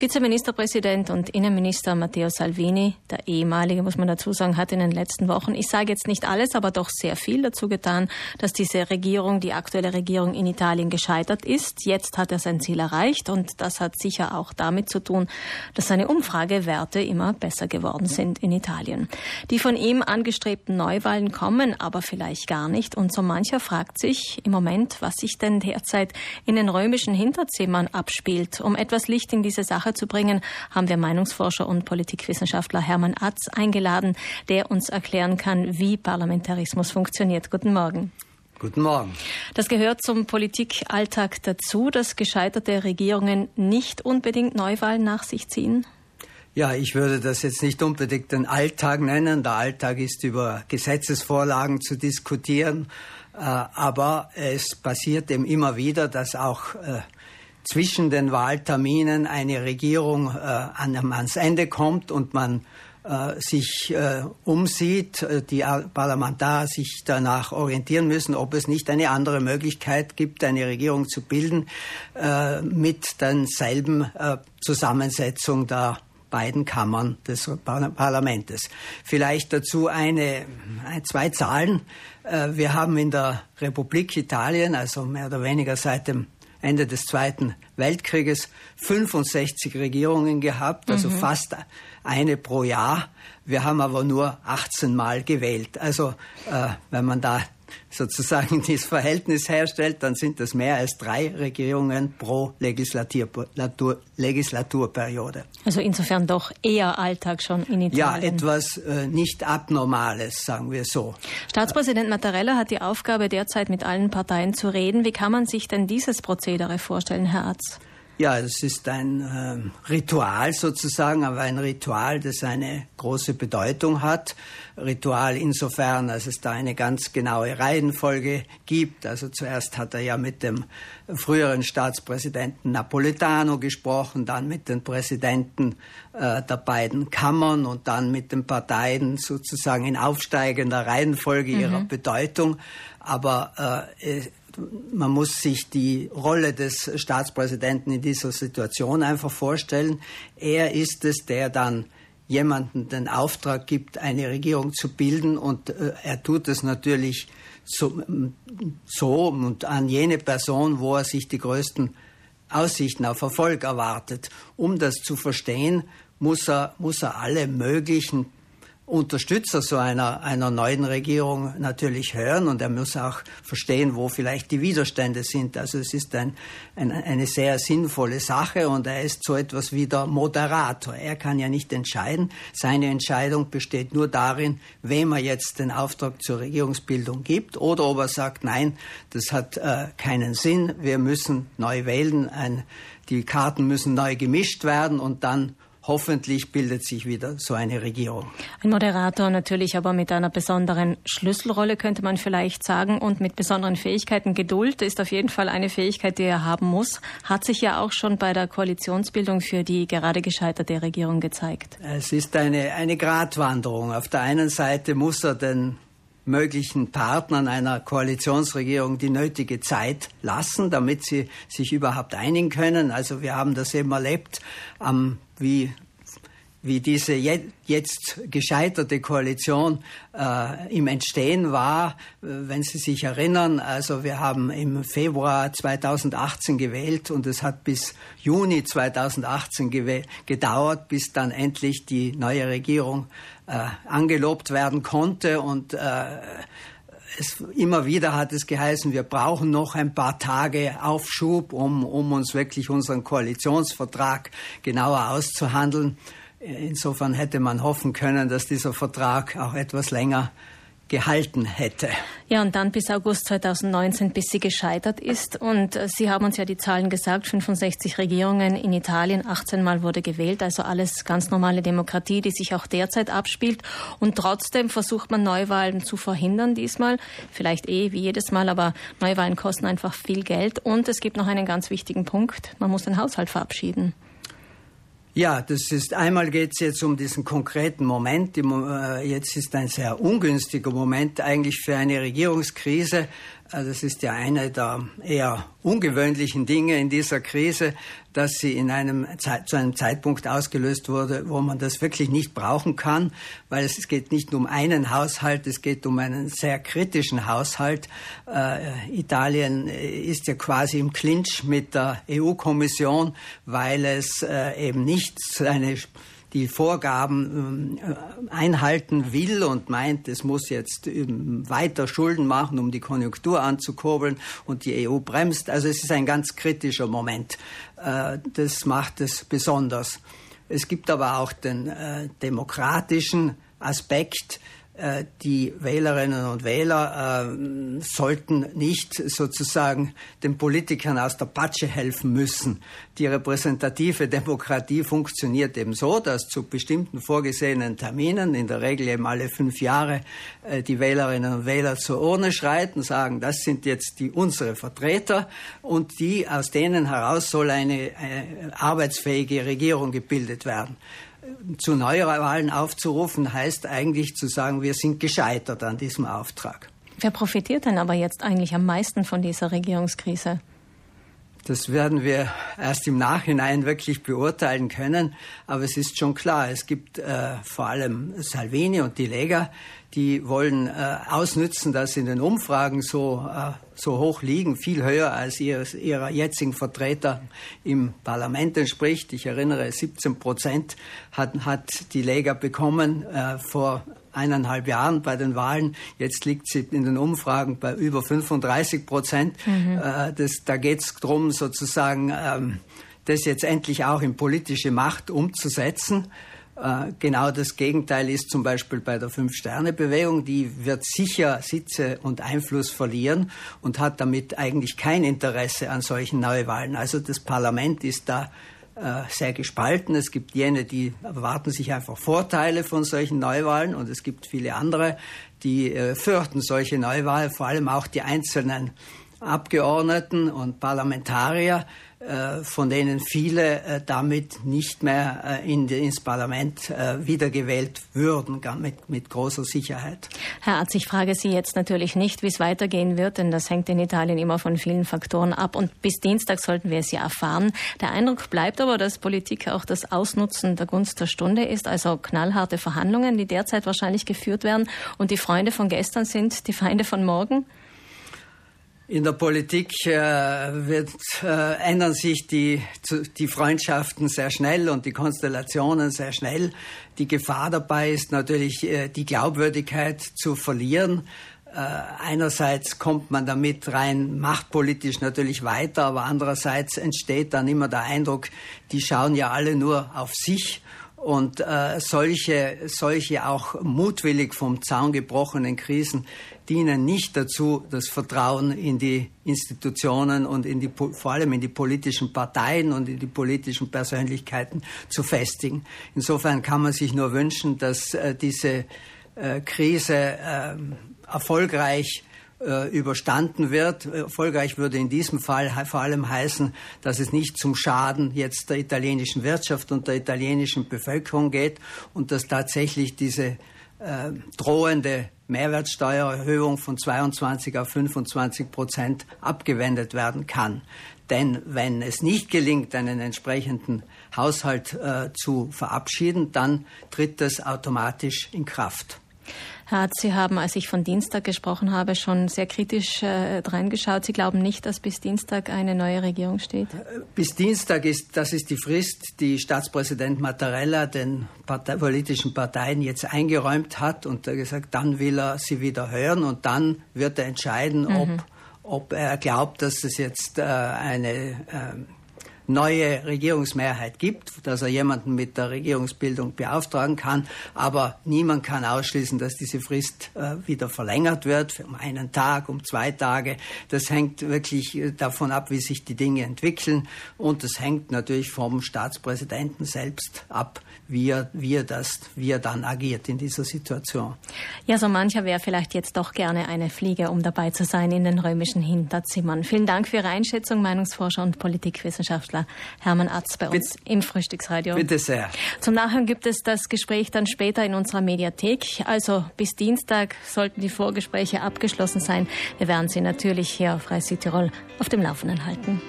Vizeministerpräsident und Innenminister Matteo Salvini, der ehemalige, muss man dazu sagen, hat in den letzten Wochen, ich sage jetzt nicht alles, aber doch sehr viel dazu getan, dass diese Regierung, die aktuelle Regierung in Italien gescheitert ist. Jetzt hat er sein Ziel erreicht und das hat sicher auch damit zu tun, dass seine Umfragewerte immer besser geworden sind in Italien. Die von ihm angestrebten Neuwahlen kommen aber vielleicht gar nicht und so mancher fragt sich im Moment, was sich denn derzeit in den römischen Hinterzimmern abspielt. Um etwas Licht in diese Sache zu bringen, haben wir Meinungsforscher und Politikwissenschaftler Hermann Atz eingeladen, der uns erklären kann, wie Parlamentarismus funktioniert. Guten Morgen. Guten Morgen. Das gehört zum Politikalltag dazu, dass gescheiterte Regierungen nicht unbedingt Neuwahlen nach sich ziehen? Ja, ich würde das jetzt nicht unbedingt den Alltag nennen. Der Alltag ist, über Gesetzesvorlagen zu diskutieren. Aber es passiert eben immer wieder, dass auch zwischen den Wahlterminen eine Regierung ans Ende kommt und man sich umsieht, die Parlamentarier sich danach orientieren müssen, ob es nicht eine andere Möglichkeit gibt, eine Regierung zu bilden mit derselben Zusammensetzung der beiden Kammern des Parlaments. Vielleicht dazu zwei Zahlen. Wir haben in der Republik Italien, also mehr oder weniger seit dem Ende des Zweiten Weltkrieges, 65 Regierungen gehabt, also fast eine pro Jahr. Wir haben aber nur 18 Mal gewählt. Also wenn man da sozusagen dieses Verhältnis herstellt, dann sind das mehr als 3 Regierungen pro Legislaturperiode. Also insofern doch eher Alltag schon in Italien. Ja, etwas nicht Abnormales, sagen wir so. Staatspräsident Mattarella hat die Aufgabe, derzeit mit allen Parteien zu reden. Wie kann man sich denn dieses Prozedere vorstellen, Herr Atz? Ja, das ist ein Ritual sozusagen, aber ein Ritual, das eine große Bedeutung hat. Ritual insofern, als es da eine ganz genaue Reihenfolge gibt. Also zuerst hat er ja mit dem früheren Staatspräsidenten Napolitano gesprochen, dann mit den Präsidenten der beiden Kammern und dann mit den Parteien sozusagen in aufsteigender Reihenfolge ihrer Bedeutung. Aber man muss sich die Rolle des Staatspräsidenten in dieser Situation einfach vorstellen. Er ist es, der dann jemandem den Auftrag gibt, eine Regierung zu bilden und er tut es natürlich so und an jene Person, wo er sich die größten Aussichten auf Erfolg erwartet. Um das zu verstehen, muss er alle möglichen Unterstützer so einer neuen Regierung natürlich hören und er muss auch verstehen, wo vielleicht die Widerstände sind. Also es ist eine sehr sinnvolle Sache und er ist so etwas wie der Moderator. Er kann ja nicht entscheiden. Seine Entscheidung besteht nur darin, wem er jetzt den Auftrag zur Regierungsbildung gibt oder ob er sagt, nein, das hat keinen Sinn, wir müssen neu wählen, die Karten müssen neu gemischt werden und dann hoffentlich bildet sich wieder so eine Regierung. Ein Moderator natürlich aber mit einer besonderen Schlüsselrolle, könnte man vielleicht sagen, und mit besonderen Fähigkeiten. Geduld ist auf jeden Fall eine Fähigkeit, die er haben muss. Hat sich ja auch schon bei der Koalitionsbildung für die gerade gescheiterte Regierung gezeigt. Es ist eine Gratwanderung. Auf der einen Seite muss er den möglichen Partnern einer Koalitionsregierung die nötige Zeit lassen, damit sie sich überhaupt einigen können. Also wir haben das eben erlebt, wie diese jetzt gescheiterte Koalition im Entstehen war, wenn Sie sich erinnern. Also wir haben im Februar 2018 gewählt und es hat bis Juni 2018 gedauert, bis dann endlich die neue Regierung angelobt werden konnte und immer wieder hat es geheißen, wir brauchen noch ein paar Tage Aufschub, um uns wirklich unseren Koalitionsvertrag genauer auszuhandeln. Insofern hätte man hoffen können, dass dieser Vertrag auch etwas länger gehalten hätte. Ja, und dann bis August 2019, bis sie gescheitert ist. Und Sie haben uns ja die Zahlen gesagt, 65 Regierungen in Italien, 18 Mal wurde gewählt, also alles ganz normale Demokratie, die sich auch derzeit abspielt. Und trotzdem versucht man Neuwahlen zu verhindern diesmal. Vielleicht wie jedes Mal, aber Neuwahlen kosten einfach viel Geld. Und es gibt noch einen ganz wichtigen Punkt, man muss den Haushalt verabschieden. Ja, einmal geht es jetzt um diesen konkreten Moment. Jetzt ist ein sehr ungünstiger Moment eigentlich für eine Regierungskrise. Also es ist ja eine der eher ungewöhnlichen Dinge in dieser Krise, dass sie zu einem Zeitpunkt ausgelöst wurde, wo man das wirklich nicht brauchen kann, weil es geht nicht nur um einen Haushalt, es geht um einen sehr kritischen Haushalt. Italien ist ja quasi im Clinch mit der EU-Kommission, weil es eben nicht die Vorgaben einhalten will und meint, es muss jetzt weiter Schulden machen, um die Konjunktur anzukurbeln, und die EU bremst. Also es ist ein ganz kritischer Moment. Das macht es besonders. Es gibt aber auch den demokratischen Aspekt. Die Wählerinnen und Wähler sollten nicht sozusagen den Politikern aus der Patsche helfen müssen. Die repräsentative Demokratie funktioniert eben so, dass zu bestimmten vorgesehenen Terminen, in der Regel eben alle 5 Jahre, die Wählerinnen und Wähler zur Urne schreiten, sagen, das sind jetzt unsere Vertreter, und aus denen heraus soll eine arbeitsfähige Regierung gebildet werden. Zu Neuwahlen aufzurufen, heißt eigentlich zu sagen, wir sind gescheitert an diesem Auftrag. Wer profitiert denn aber jetzt eigentlich am meisten von dieser Regierungskrise? Das werden wir erst im Nachhinein wirklich beurteilen können. Aber es ist schon klar, es gibt vor allem Salvini und die Lega, die wollen ausnützen, dass sie in den Umfragen so hoch liegen, viel höher als ihrer jetzigen Vertreter im Parlament entspricht. Ich erinnere, 17% hat die Lega bekommen vor 1,5 Jahren bei den Wahlen. Jetzt liegt sie in den Umfragen bei über 35%. Da geht es darum, sozusagen das jetzt endlich auch in politische Macht umzusetzen. Genau das Gegenteil ist zum Beispiel bei der Fünf-Sterne-Bewegung. Die wird sicher Sitze und Einfluss verlieren und hat damit eigentlich kein Interesse an solchen Neuwahlen. Also das Parlament ist da sehr gespalten. Es gibt jene, die erwarten sich einfach Vorteile von solchen Neuwahlen, und es gibt viele andere, die fürchten solche Neuwahlen, vor allem auch die einzelnen Abgeordneten und Parlamentarier, von denen viele damit nicht mehr ins Parlament wiedergewählt würden, mit großer Sicherheit. Herr Arz, ich frage Sie jetzt natürlich nicht, wie es weitergehen wird, denn das hängt in Italien immer von vielen Faktoren ab, und bis Dienstag sollten wir es ja erfahren. Der Eindruck bleibt aber, dass Politik auch das Ausnutzen der Gunst der Stunde ist, also knallharte Verhandlungen, die derzeit wahrscheinlich geführt werden, und die Freunde von gestern sind die Feinde von morgen? In der Politik ändern sich die Freundschaften sehr schnell und die Konstellationen sehr schnell. Die Gefahr dabei ist natürlich, die Glaubwürdigkeit zu verlieren. Einerseits kommt man damit rein machtpolitisch natürlich weiter, aber andererseits entsteht dann immer der Eindruck, die schauen ja alle nur auf sich. Und solche auch mutwillig vom Zaun gebrochenen Krisen dienen nicht dazu, das Vertrauen in die Institutionen und vor allem in die politischen Parteien und in die politischen Persönlichkeiten zu festigen. Insofern kann man sich nur wünschen, dass diese Krise erfolgreich überstanden wird. Erfolgreich würde in diesem Fall vor allem heißen, dass es nicht zum Schaden jetzt der italienischen Wirtschaft und der italienischen Bevölkerung geht und dass tatsächlich diese drohende Mehrwertsteuererhöhung von 22 auf 25% abgewendet werden kann. Denn wenn es nicht gelingt, einen entsprechenden Haushalt zu verabschieden, dann tritt das automatisch in Kraft. Herr Arz, Sie haben, als ich von Dienstag gesprochen habe, schon sehr kritisch reingeschaut. Sie glauben nicht, dass bis Dienstag eine neue Regierung steht? Bis Dienstag ist die Frist, die Staatspräsident Mattarella den politischen Parteien jetzt eingeräumt hat und gesagt, dann will er sie wieder hören und dann wird er entscheiden, ob er glaubt, dass es jetzt eine neue Regierungsmehrheit gibt, dass er jemanden mit der Regierungsbildung beauftragen kann. Aber niemand kann ausschließen, dass diese Frist wieder verlängert wird, um 1 Tag, um 2 Tage. Das hängt wirklich davon ab, wie sich die Dinge entwickeln. Und das hängt natürlich vom Staatspräsidenten selbst ab, wie er dann agiert in dieser Situation. Ja, so mancher wäre vielleicht jetzt doch gerne eine Fliege, um dabei zu sein in den römischen Hinterzimmern. Vielen Dank für Ihre Einschätzung, Meinungsforscher und Politikwissenschaftler Chefredakteur Hermann Atz bei uns im Frühstücksradio. Bitte sehr. Zum Nachhören gibt es das Gespräch dann später in unserer Mediathek. Also bis Dienstag sollten die Vorgespräche abgeschlossen sein. Wir werden Sie natürlich hier auf Radio Südtirol auf dem Laufenden halten.